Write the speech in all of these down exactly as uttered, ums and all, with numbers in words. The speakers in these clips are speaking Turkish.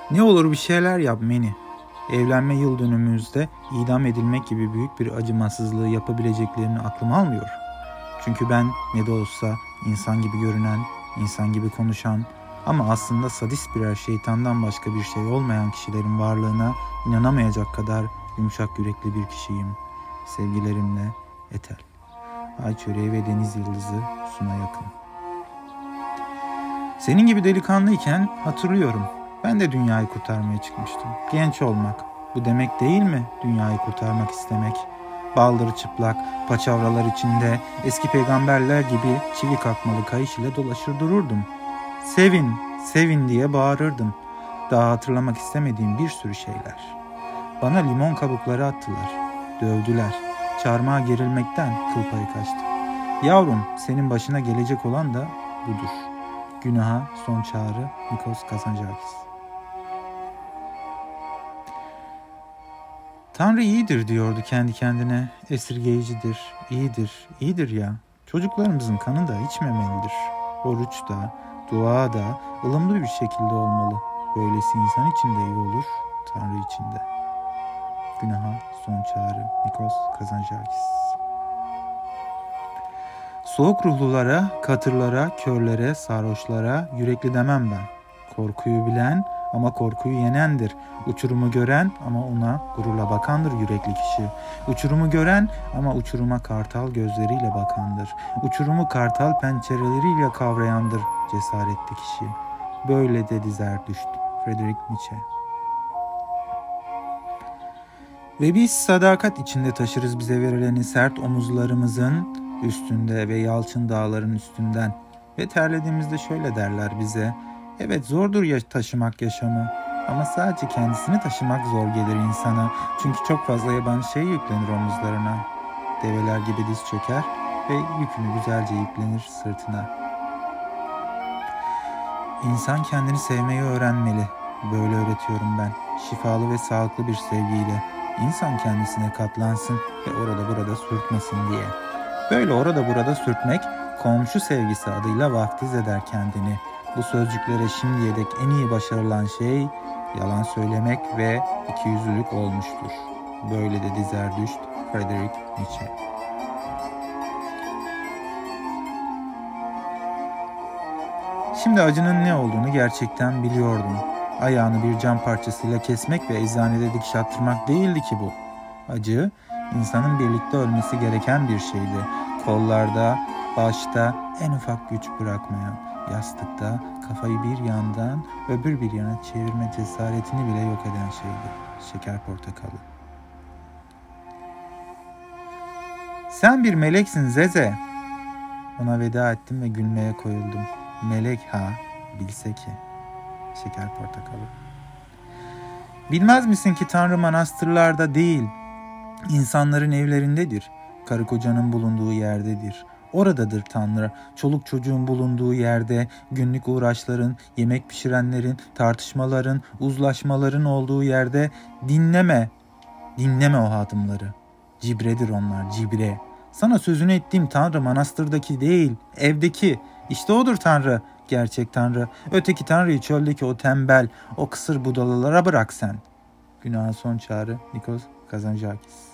Ne olur bir şeyler yap Meni. Evlenme yıl dönümümüzde idam edilmek gibi büyük bir acımasızlığı yapabileceklerini aklım almıyor. Çünkü ben ne de olsa insan gibi görünen, insan gibi konuşan ama aslında sadist birer şeytandan başka bir şey olmayan kişilerin varlığına inanamayacak kadar yumuşak yürekli bir kişiyim. Sevgilerimle Ethel. Ay çöreği ve deniz yıldızı Suna yakın. Senin gibi delikanlıyken hatırlıyorum. Ben de dünyayı kurtarmaya çıkmıştım. Genç olmak. Bu demek değil mi dünyayı kurtarmak istemek? Baldırı çıplak, paçavralar içinde eski peygamberler gibi çivi kakmalı kayış ile dolaşır dururdum. Sevin, sevin diye bağırırdım. Daha hatırlamak istemediğim bir sürü şeyler. Bana limon kabukları attılar, dövdüler. Çarmıha gerilmekten kıl payı kaçtı. Yavrum, senin başına gelecek olan da budur. Günaha son çağrı Nikos Kazantzakis. Tanrı iyidir diyordu kendi kendine. Esirgeyicidir, iyidir, iyidir ya. Çocuklarımızın kanı da içmemelidir. Oruç da, dua da ılımlı bir şekilde olmalı. Böylesi insan için de iyi olur, Tanrı için de. Günaha son çağrı Nikos Kazantzakis. Soğuk ruhlulara, katırlara, körlere, sarhoşlara yürekli demem ben. Korkuyu bilen ama korkuyu yenendir. Uçurumu gören ama ona gururla bakandır yürekli kişi. Uçurumu gören ama uçuruma kartal gözleriyle bakandır. Uçurumu kartal pençeleriyle kavrayandır cesaretli kişi. Böyle dedi Zerdüşt. Friedrich Nietzsche. Ve biz sadakat içinde taşırız bize verileni sert omuzlarımızın üstünde ve yalçın dağların üstünden. Ve terlediğimizde şöyle derler bize: evet, zordur ya taşımak yaşamı ama sadece kendisini taşımak zor gelir insana. Çünkü çok fazla yabancı şey yüklenir omuzlarına. Develer gibi diz çöker ve yükünü güzelce yüklenir sırtına. İnsan kendini sevmeyi öğrenmeli. Böyle öğretiyorum ben. Şifalı ve sağlıklı bir sevgiyle. İnsan kendisine katlansın ve orada burada sürtmesin diye. Böyle orada burada sürtmek, komşu sevgisi adıyla vaftiz eder kendini. Bu sözcüklere şimdiye dek en iyi başarılan şey yalan söylemek ve ikiyüzlülük olmuştur. Böyle dedi Zerdüşt, Friedrich Nietzsche. Şimdi acının ne olduğunu gerçekten biliyordum. Ayağını bir cam parçasıyla kesmek ve eczanede dikiş attırmak değildi ki bu. Acı, insanın birlikte ölmesi gereken bir şeydi. Kollarda, başta en ufak güç bırakmayan, yastıkta kafayı bir yandan öbür bir yana çevirme cesaretini bile yok eden şeydi. Şeker portakalı. Sen bir meleksin Zeze. Ona veda ettim ve gülmeye koyuldum. Melek ha, bilse ki. Şeker portakalı. Bilmez misin ki Tanrı manastırlarda değil, insanların evlerindedir. Karı kocanın bulunduğu yerdedir. Oradadır Tanrı. Çoluk çocuğun bulunduğu yerde, günlük uğraşların, yemek pişirenlerin, tartışmaların, uzlaşmaların olduğu yerde dinleme. Dinleme o hadımları. Cibredir onlar, cibre. Sana sözünü ettiğim Tanrı manastırdaki değil, evdeki. İşte odur Tanrı, gerçek Tanrı. Öteki Tanrı'yı çöldeki o tembel, o kısır budalalara bırak sen. Günaha son çağrı Nikos Kazantzakis.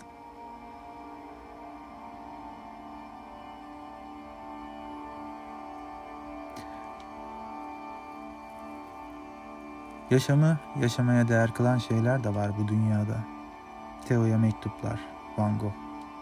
Yaşamı yaşamaya değer kılan şeyler de var bu dünyada. Theo'ya mektuplar, Van Gogh.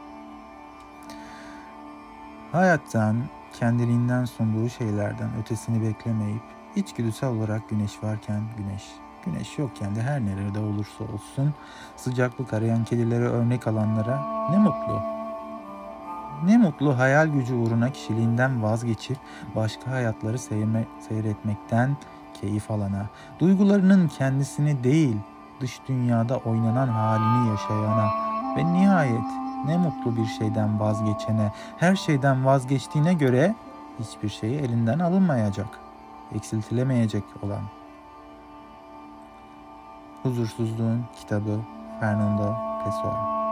Hayattan, kendiliğinden sunduğu şeylerden ötesini beklemeyip, içgüdüsel olarak güneş varken güneş, güneş yokken de her nerede olursa olsun, sıcaklık arayan kedilere örnek alanlara ne mutlu. Ne mutlu hayal gücü uğruna kişiliğinden vazgeçip başka hayatları seyre- seyretmekten keyif alana, duygularının kendisini değil, dış dünyada oynanan halini yaşayana ve nihayet ne mutlu bir şeyden vazgeçene, her şeyden vazgeçtiğine göre hiçbir şeyi elinden alınmayacak, eksiltilemeyecek olan. Huzursuzluğun kitabı Fernando Pessoa.